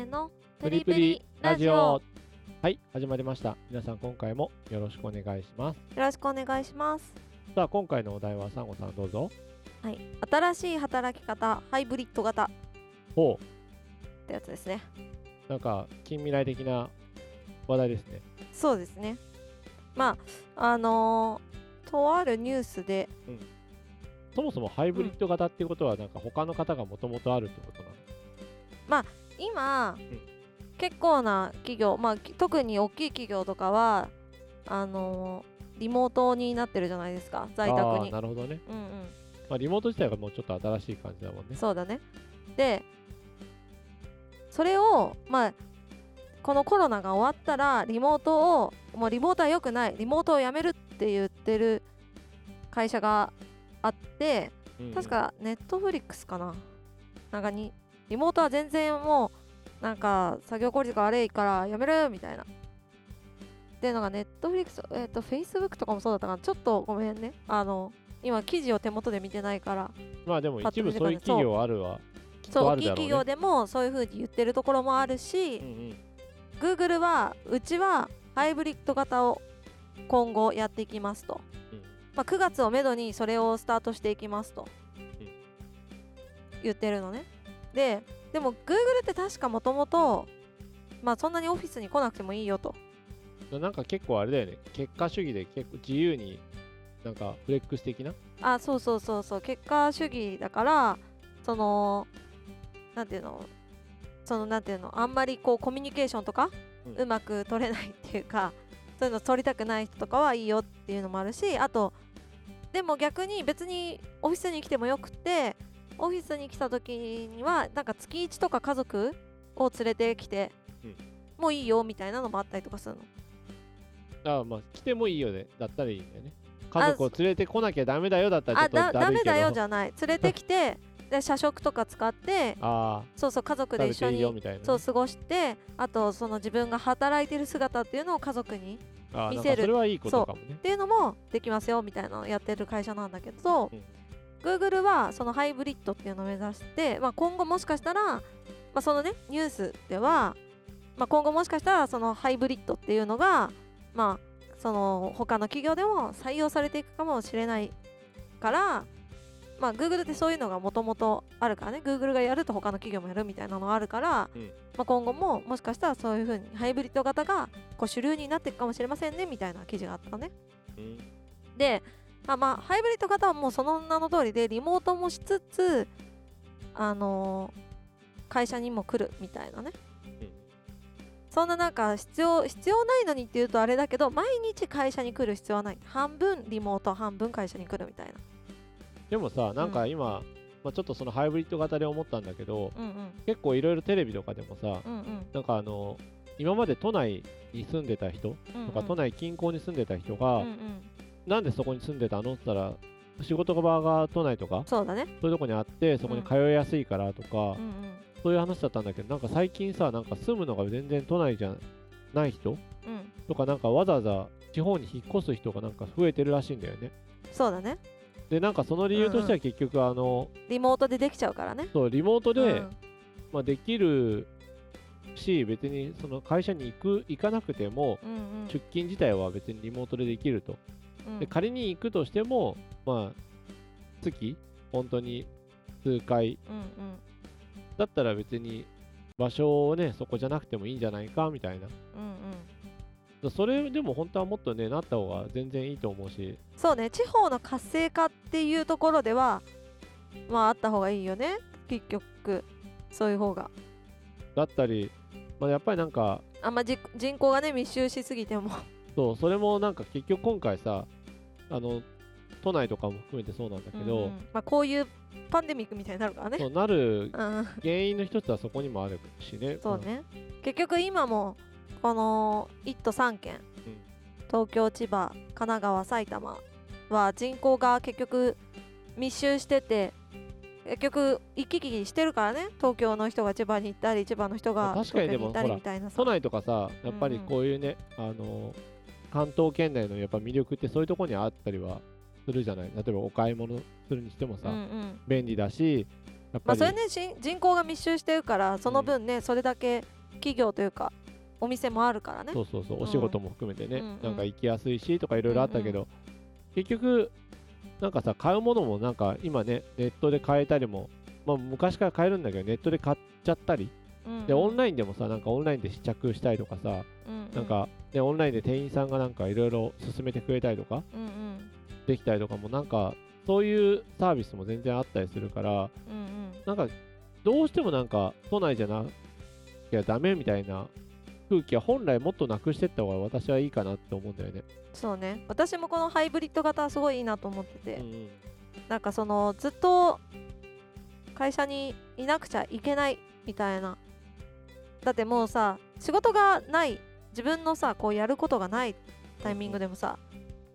ーのプリプリラジオ。はい、始まりました。皆さん今回もよろしくお願いします。 よろしくお願いします。 さあ、今回のお題はサンゴさんどうぞ。 はい、新しい働き方ハイブリッド型っほてやつですね。 う、なんか近未来的な話題ですね。 そうですね。まあとあるニュースで、 そもそもハイブリッド型っていうことはなんか他の方がもともとあるってことなの？ 今、結構な企業、特に大きい企業とかはリモートになってるじゃないですか、在宅に。 なるほどね。 うんうん、 まあ、リモート自体がもうちょっと新しい感じだもんね。 そうだね。でそれをこのコロナが終わったらリモートは良くない、リモートをやめるって言ってる会社があって、確かネットフリックスかな、なんかリモートは全然もうなんか作業効率が悪いからやめるみたいなっていうのがネットフリックス、フェイスブックとかもそうだったかな。ちょっとごめんね、今記事を手元で見てないから。 まあでも一部そういう企業あるわ。 そう、 大きい企業でもそういう風に言ってるところもあるし、Google はうちはハイブリッド型を今後やっていきますと、9月をめどにそれをスタートしていきますと言ってるのね。でも Google って確かもともとそんなにオフィスに来なくてもいいよと。 なんか結構あれだよね、結果主義で結構自由になんかフレックス的な。 そう結果主義だから、なんていうの、あんまりこうコミュニケーションとかうまく取れないっていうか、そういうの取りたくない人とかはいいよっていうのもあるし、あとでも逆に別にオフィスに来てもよくて、オフィスに来た時にはなんか月1とか家族を連れてきてもういいよみたいなのもあったりとかするの。 まあ来てもいいよねだったらいいんだよね。家族を連れてこなきゃダメだよだったらちょっとだるいけど。 ダメだよじゃない、連れてきてで社食とか使ってそう家族で一緒にそう過ごして、あとその自分が働いてる姿っていうのを家族に見せる、 それはいいことかもねっていうのもできますよみたいなのをやってる会社なんだけど、Google はそのハイブリッドっていうのを目指して、今後もしかしたら、そのねニュースでは、今後もしかしたらそのハイブリッドっていうのがその他の企業でも採用されていくかもしれないから、Google ってそういうのがもともとあるからね、 Google がやると他の企業もやるみたいなのがあるから、今後ももしかしたらそういう風にハイブリッド型がこう主流になっていくかもしれませんねみたいな記事があったのね。でハイブリッド型はもうその名の通りでリモートもしつつ会社にも来るみたいなね、そんななんか必要ないのにっていうとあれだけど、毎日会社に来る必要はない、半分リモート半分会社に来るみたいな。 でもさ、なんか今、ちょっとそのハイブリッド型で思ったんだけど、結構いろいろテレビとかでもさ、なんか今まで都内に住んでた人とか、都内近郊に住んでた人が、なんでそこに住んでたのって言ったら、仕事場が都内とかそうだね、 そういうとこにあってそこに通いやすいからとか、そういう話だったんだけど、なんか最近さ、なんか住むのが全然都内じゃない人、とかなんかわざわざ地方に引っ越す人がなんか増えてるらしいんだよね。 そうだね。 でなんかその理由としては結局リモートでできちゃうからね。 そうリモートで、できるし、別にその会社に行かなくても、出勤自体は別にリモートでできると。で仮に行くとしても月本当に数回、だったら別に場所をねそこじゃなくてもいいんじゃないかみたいな、それでも本当はもっとねなった方が全然いいと思うし。 そうね、地方の活性化っていうところではあった方がいいよね、結局そういう方が。 だったり、やっぱりなんか人口がね密集しすぎてもそう、それもなんか結局今回さ都内とかも含めてそうなんだけど、 こういうパンデミックみたいになるからね。 そうなる原因の一つはそこにもあるしね。 そうね、結局今もこの1都3県、東京、千葉、神奈川、埼玉は人口が結局密集してて、結局行き来してるからね、東京の人が千葉に行ったり千葉の人が東京に行ったりみたいなさ。 都内とかさ、やっぱりこういうね、関東圏内のやっぱ魅力ってそういうところにあったりはするじゃない。例えばお買い物するにしてもさ、便利だし、 やっぱりそれね人口が密集してるからその分ね、それだけ企業というかお店もあるからね。 そうお仕事も含めてね、なんか行きやすいしとかいろいろあったけど、結局なんかさ、買うものもなんか今ねネットで買えたりも、昔から買えるんだけどネットで買っちゃったり、でオンラインでもさ、なんかオンラインで試着したりとかさ、なんかねオンラインで店員さんがなんかいろいろ勧めてくれたりとか、できたりとかも、なんかそういうサービスも全然あったりするから、なんかどうしてもなんか都内じゃなきゃダメみたいな空気は本来もっとなくしていった方が私はいいかなって思うんだよね。 そうね、私もこのハイブリッド型はすごいいいなと思ってて、なんかそのずっと会社にいなくちゃいけないみたいな、だってもうさ仕事がない、自分のさこうやることがないタイミングでもさ、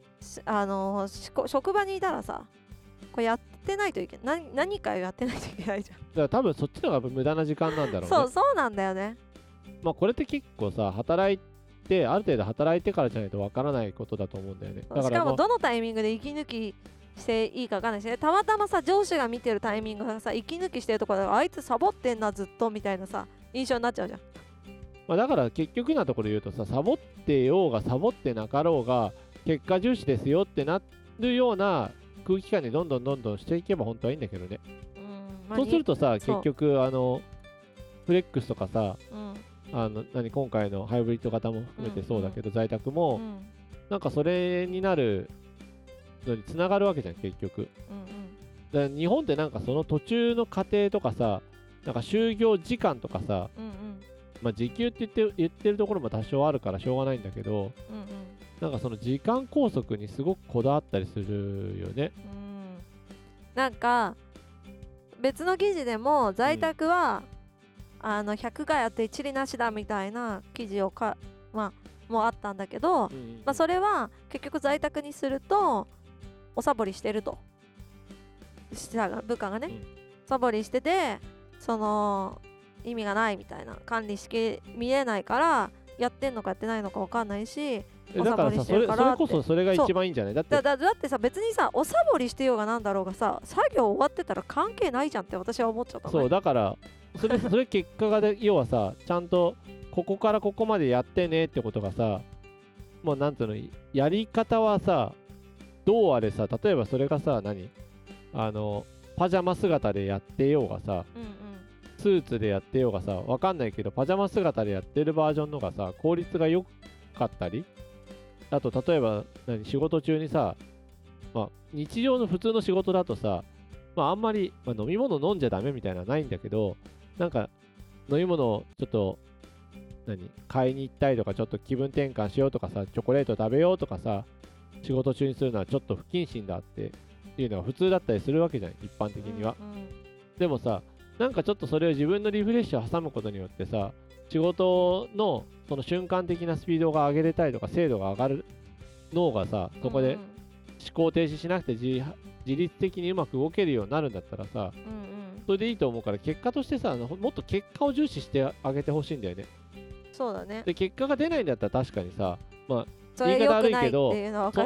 職場にいたらさこれやってないといけない、何かやってないといけないじゃん。 だから多分そっちの方が無駄な時間なんだろうね。 そうなんだよね。 これって結構さ、働いてある程度働いてからじゃないとわからないことだと思うんだよね。だからしかもどのタイミングで息抜きしていいか分かんないしね、たまたまさ上司が見てるタイミングがさ息抜きしてるところであいつサボってんなずっとみたいなさ印象になっちゃうじゃん。 だから結局なところ言うとさ、サボってようがサボってなかろうが結果重視ですよってなるような空気感にどんどんしていけば本当はいいんだけどね。そうするとさ、結局フレックスとかさ、今回のハイブリッド型も含めてそうだけど、在宅も、なんかそれになるのにつながるわけじゃん結局。だから日本ってなんかその途中の過程とかさ、なんか就業時間とかさ、時給って言ってるところも多少あるからしょうがないんだけど、なんかその時間拘束にすごくこだわったりするよね。 なんか別の記事でも在宅は、100がやって一理なしだみたいな記事をもあったんだけど、それは結局在宅にするとおサボりしてると、部下がね、サボりしててその意味がないみたいな、管理しき見えないからやってんのかやってないのか分かんないし、 だからさ、それこそそれが一番いいんじゃない？だってさ、別にさおサボりしてようがなんだろうがさ作業終わってたら関係ないじゃんって私は思っちゃった。 そうだからそれ結果が要はさ、ちゃんとここからここまでやってねってことがさ、もうなんていうの、やり方はさどうあれさ、例えばそれがさパジャマ姿でやってようがさ、スーツでやってようがさ、わかんないけどパジャマ姿でやってるバージョンのがさ効率が良かったり、あと例えば仕事中にさ、日常の普通の仕事だとさ、あんまり、飲み物飲んじゃダメみたいなのはないんだけど、なんか飲み物をちょっと買いに行ったりとか、ちょっと気分転換しようとかさ、チョコレート食べようとかさ、仕事中にするのはちょっと不謹慎だっていうのが普通だったりするわけじゃん一般的には。でもさ、なんかちょっとそれを自分のリフレッシュを挟むことによってさ、仕事のその瞬間的なスピードが上げれたりとか精度が上がる脳がさ、そこで思考停止しなくて自律的にうまく動けるようになるんだったらさ、それでいいと思うから、結果としてさもっと結果を重視してあげてほしいんだよね。 そうだね。 で結果が出ないんだったら確かにさ、 言い方悪いけど、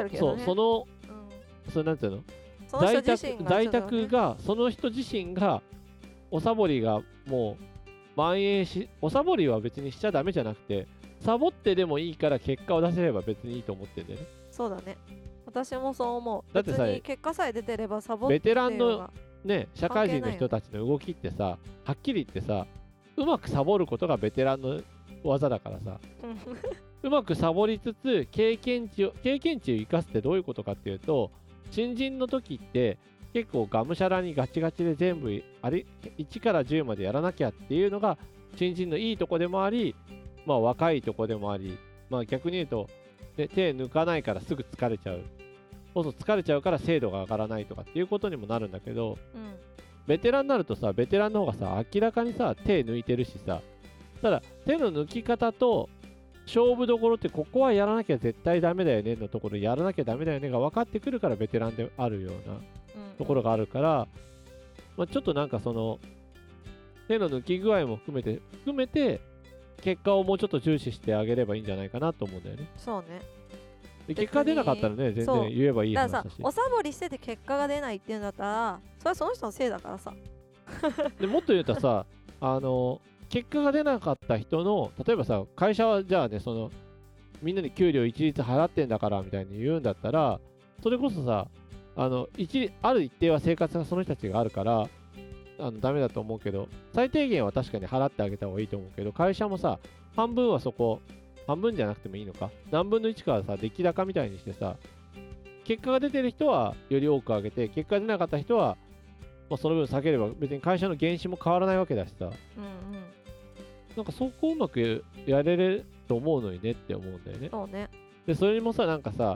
それなんていうの、在宅がその人自身がおサボりがもう蔓延し、おサボりは別にしちゃダメじゃなくて、サボってでもいいから結果を出せれば別にいいと思ってんだよね。 そうだね、私もそう思う。 だってさ、 別に結果さえ出てればサボってベテランのね社会人の人たちの動きってさ、はっきり言ってさ、うまくサボることがベテランの技だからさうまくサボりつつ経験値を生かすってどういうことかっていうと、新人の時って結構がむしゃらにガチガチで全部1から10までやらなきゃっていうのが新人のいいとこでもあり、若いとこでもあり、逆に言うと、手抜かないからすぐ疲れちゃう、疲れちゃうから精度が上がらないとかっていうことにもなるんだけど、ベテランになるとさ、ベテランの方がさ明らかにさ手抜いてるしさ、ただ手の抜き方と勝負どころって、ここはやらなきゃ絶対ダメだよねのところ、やらなきゃダメだよねが分かってくるからベテランであるようなところがあるから、ちょっとなんかその手の抜き具合も含めて結果をもうちょっと重視してあげればいいんじゃないかなと思うんだよね。 そうね。 で結果出なかったらね、全然言えばいい話だし。 だからさ、おサボりしてて結果が出ないっていうんだったら、それはその人のせいだからさでもっと言うとさ、結果が出なかった人の、例えばさ、会社はじゃあね、みんなに給料一律払ってんだからみたいに言うんだったら、それこそさ、ある一定は生活がその人たちがあるから、ダメだと思うけど、最低限は確かに払ってあげた方がいいと思うけど、会社もさ、半分は半分じゃなくてもいいのか、何分の1からさ、出来高みたいにしてさ、結果が出てる人はより多く上げて、結果が出なかった人は、その分下げれば別に会社の原資も変わらないわけだしさ、なんかそこをうまくやれると思うのにねって思うんだよね。 そうね。 で、それもさ、なんかさ、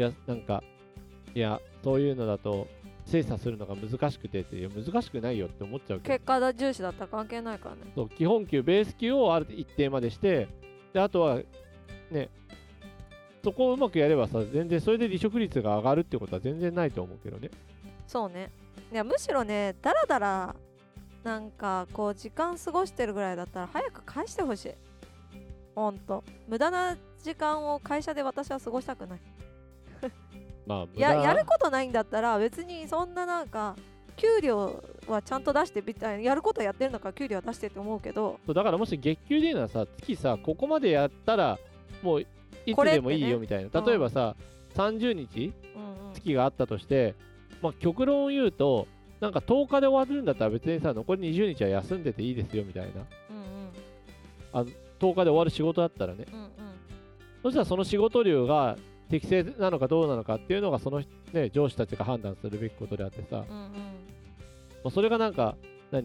そういうのだと精査するのが難しくてって、いや、難しくないよって思っちゃうけど。 結果重視だったら関係ないからね。 そう、基本給、ベース給をある一定までして、で、あとは、ね、そこをうまくやればさ、全然それで離職率が上がるってことは全然ないと思うけどね。 そうね。いや、むしろね、だらだら、なんかこう時間過ごしてるぐらいだったら早く返してほしい。ほんと無駄な時間を会社で私は過ごしたくない。やることないんだったら別にそんななんか給料はちゃんと出してみたいな、やることやってるんだから給料は出してって思うけど、 だからもし月給でいうのはさ、月さ、ここまでやったらもういつでもいいよみたいな、例えばさ、30日月があったとして、極論を言うと、なんか10日で終わるんだったら別にさ、残り20日は休んでていいですよみたいな、10日で終わる仕事だったらね、そしたらその仕事量が適正なのかどうなのかっていうのがその、ね、上司たちが判断するべきことであってさ、それがなんか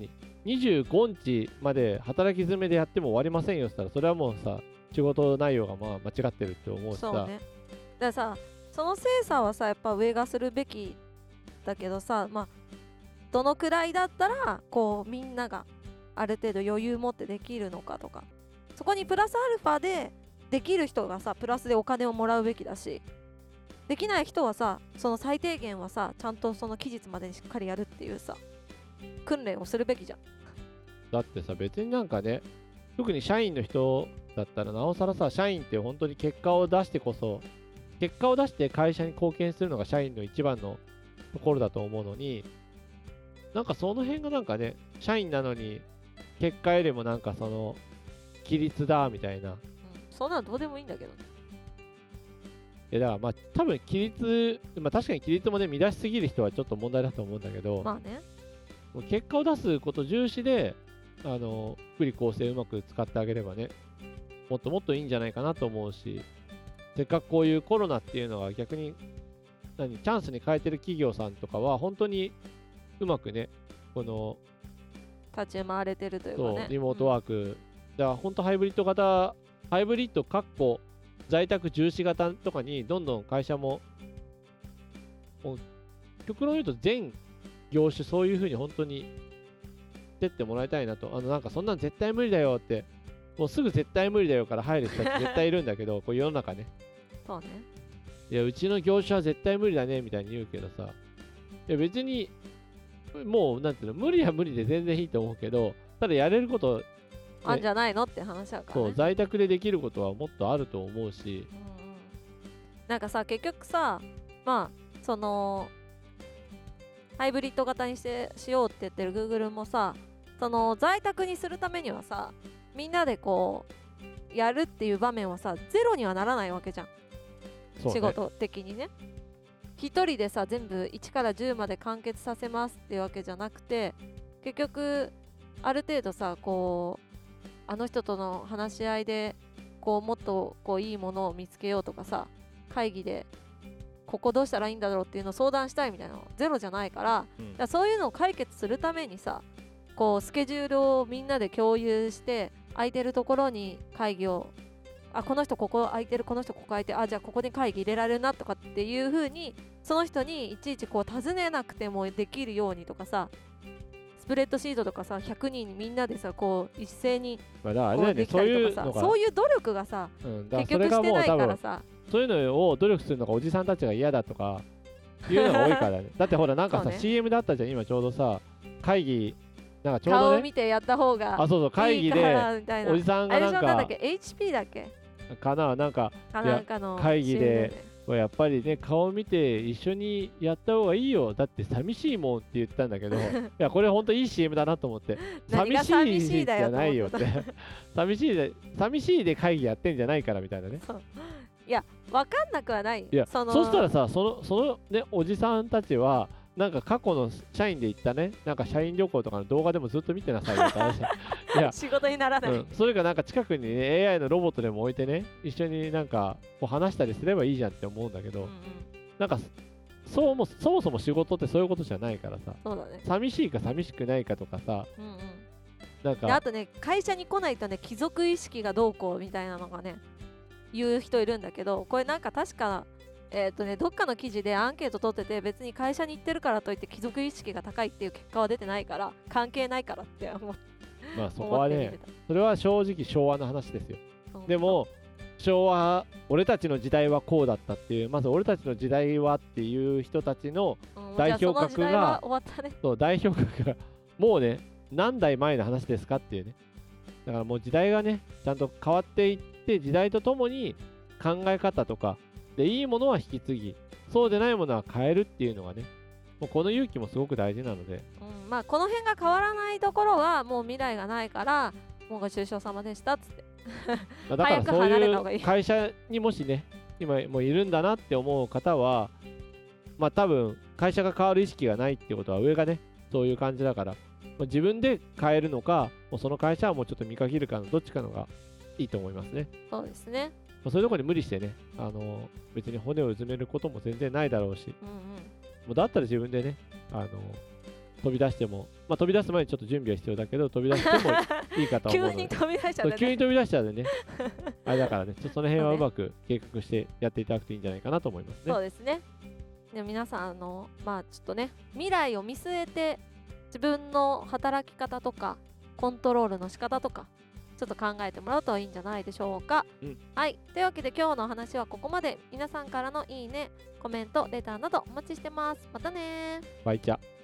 25日まで働き詰めでやっても終わりませんよって言ったら、それはもうさ、仕事内容が間違ってるって思うしさ。 そうね。だからさ、その精査はさ、やっぱ上がするべきだけどさ、どのくらいだったらこうみんながある程度余裕持ってできるのかとか、そこにプラスアルファでできる人がさ、プラスでお金をもらうべきだし、できない人はさ、その最低限はさ、ちゃんとその期日までにしっかりやるっていうさ、訓練をするべきじゃん。 だってさ、別になんかね、特に社員の人だったらなおさらさ、社員って本当に結果を出して会社に貢献するのが社員の一番のところだと思うのに、なんかその辺がなんかね、社員なのに結果よりもなんかその規律だみたいな、 そんなのどうでもいいんだけどね。 いやだから多分規律、確かに規律もね、乱しすぎる人はちょっと問題だと思うんだけど、結果を出すこと重視で、福利厚生うまく使ってあげればね、もっともっといいんじゃないかなと思うし、せっかくこういうコロナっていうのが逆にチャンスに変えてる企業さんとかは本当にうまくね、この立ち回れてるというかね、 そうリモートワーク、だから本当ハイブリッドかっこ在宅重視型とかにどんどん会社も極論言うと全業種そういう風に本当にしてってもらいたいなと。なんかそんなん絶対無理だよって、もうすぐ絶対無理だよから入る人って絶対いるんだけどこう世の中ね、 そうね、 いやうちの業種は絶対無理だねみたいに言うけどさ、いや別にもうなんていうの、無理は無理で全然いいと思うけど、ただやれること、 あんじゃないのって話だからね。 そう、在宅でできることはもっとあると思うし、 なんかさ、結局さ、そのハイブリッド型にしようって言ってる Google もさ、その在宅にするためにはさ、みんなでこうやるっていう場面はさ、ゼロにはならないわけじゃん、 そうね、 仕事的にね。一人でさ、全部1から10まで完結させますっていうわけじゃなくて、結局ある程度さ、こうあの人との話し合いでこうもっとこういいものを見つけようとかさ、会議でここどうしたらいいんだろうっていうのを相談したいみたいなのゼロじゃないから、だからそういうのを解決するためにさ、こうスケジュールをみんなで共有して、空いてるところに会議を、この人ここ空いてる、この人ここ空いてる、じゃあここに会議入れられるなとかっていう風に、その人にいちいちこう尋ねなくてもできるようにとかさ、スプレッドシートとかさ、100人みんなでさ、こう一斉にこうできたりとかさ、そういう努力がさ、結局してないからさ、 そういうのを努力するのがおじさんたちが嫌だとかいうのが多いからねだってほらなんかさ、CM だったじゃん、今ちょうどさ、会議なんかちょうどね、 顔見てやった方がそう会議でおじさんがなんかあれなんだっけ、HP だっけかな、なんかの会議でやっぱりね、顔見て一緒にやった方がいいよ。だって寂しいもんって言ったんだけど、いや、これほんといい CM だなと思って。寂しいじゃないよって。寂しいで会議やってんじゃないからみたいなね。 いや、分かんなくはない。 いや、そしたらさ、そのね、おじさんたちは、なんか過去の社員で行ったね、なんか社員旅行とかの動画でもずっと見てなさいよって話。いや、 仕事にならない。 それかなんか近くにね、AI のロボットでも置いてね、一緒になんかこう話したりすればいいじゃんって思うんだけど、なんかそもそも仕事ってそういうことじゃないからさ、 そうだね、 寂しいか寂しくないかとかさ、なんかあとね、会社に来ないとね、貴族意識がどうこうみたいなのがね、言う人いるんだけど、これなんか確かどっかの記事でアンケート取ってて、別に会社に行ってるからといって貴族意識が高いっていう結果は出てないから、関係ないからって思って。 まあそこはね、それは正直昭和の話ですよ。でも昭和、俺たちの時代はこうだったっていう、まず俺たちの時代はっていう人たちの代表格が、代表格がもうね、何代前の話ですかっていうね。だからもう時代がね、ちゃんと変わっていって、時代とともに考え方とかで、いいものは引き継ぎ、そうでないものは変えるっていうのがね、もうこの勇気もすごく大事なので、 まあこの辺が変わらないところはもう未来がないから、もうご愁傷様でしたっつってだからそういう会社にもしね、今もういるんだなって思う方は、まあ多分会社が変わる意識がないってことは、上がねそういう感じだから、自分で変えるのか、もうその会社はもうちょっと見限るかのどっちかのがいいと思いますね。 そうですね。 そういうところに無理してね、別に骨をうずめることも全然ないだろうし、もうだったら自分でね、飛び出しても、まあ、飛び出す前にちょっと準備は必要だけど、飛び出してもいいかと思うので。 急に飛び出しちゃうね。 急に飛び出しちゃうね。あれだからね、ちょっとその辺はうまく計画してやっていただくといいんじゃないかなと思いますね。 そうですね。でも皆さん、まあちょっとね、未来を見据えて、自分の働き方とか、コントロールの仕方とか、ちょっと考えてもらうといいんじゃないでしょうか。はい。というわけで今日のお話はここまで。皆さんからのいいね、コメント、レターなどお待ちしてます。またね。 バイチャ。